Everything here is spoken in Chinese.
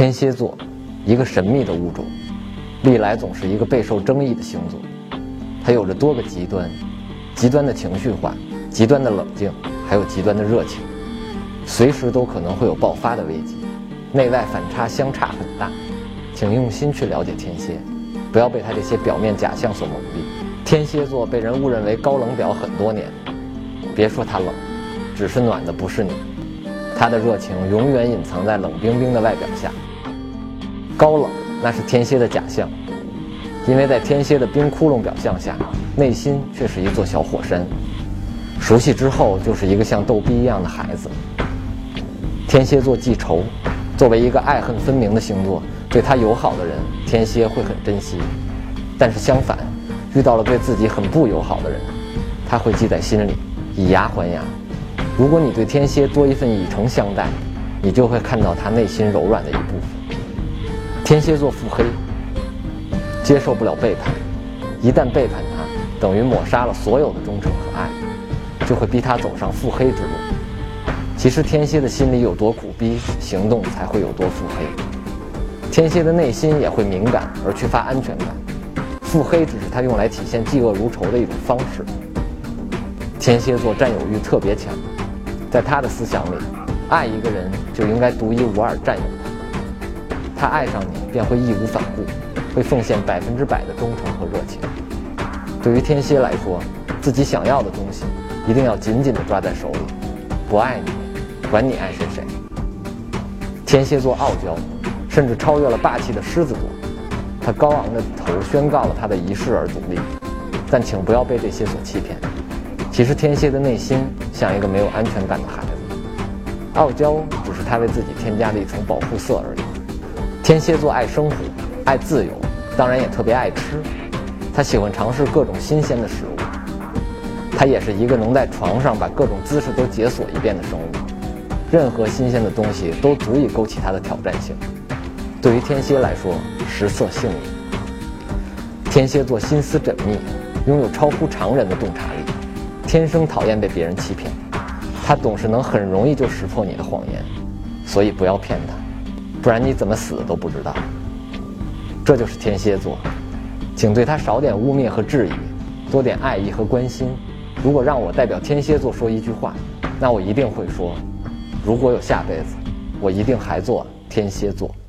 天蝎座，一个神秘的物种，历来总是一个备受争议的星座。它有着多个极端，极端的情绪化，极端的冷静，还有极端的热情，随时都可能会有爆发的危机，内外反差相差很大。请用心去了解天蝎，不要被它这些表面假象所蒙蔽。天蝎座被人误认为高冷表很多年，别说它冷，只是暖的不是你，它的热情永远隐藏在冷冰冰的外表下。高冷那是天蝎的假象，因为在天蝎的冰窟窿表象下，内心却是一座小火山。熟悉之后，就是一个像逗逼一样的孩子。天蝎座记仇，作为一个爱恨分明的星座，对他友好的人，天蝎会很珍惜；但是相反，遇到了对自己很不友好的人，他会记在心里，以牙还牙。如果你对天蝎多一份以诚相待，你就会看到他内心柔软的一部分。天蝎座腹黑，接受不了背叛，一旦背叛他，等于抹杀了所有的忠诚和爱，就会逼他走上腹黑之路。其实天蝎的心里有多苦逼，行动才会有多腹黑。天蝎的内心也会敏感而缺乏安全感，腹黑只是他用来体现嫉恶如仇的一种方式。天蝎座占有欲特别强，在他的思想里，爱一个人就应该独一无二占有他爱上你便会义无反顾，会奉献100%的忠诚和热情。对于天蝎来说，自己想要的东西一定要紧紧地抓在手里，不爱你，管你爱谁谁。天蝎座傲娇，甚至超越了霸气的狮子座，他高昂的头宣告了他的一世而独立。但请不要被这些所欺骗，其实天蝎的内心像一个没有安全感的孩子，傲娇只是他为自己添加的一层保护色而已。天蝎座爱生活，爱自由，当然也特别爱吃。他喜欢尝试各种新鲜的食物。他也是一个能在床上把各种姿势都解锁一遍的生物。任何新鲜的东西都足以勾起他的挑战性。对于天蝎来说，食色性也。天蝎座心思缜密，拥有超乎常人的洞察力，天生讨厌被别人欺骗。他总是能很容易就识破你的谎言，所以不要骗他，不然你怎么死的都不知道。这就是天蝎座，请对他少点污蔑和质疑，多点爱意和关心。如果让我代表天蝎座说一句话，那我一定会说，如果有下辈子，我一定还做天蝎座。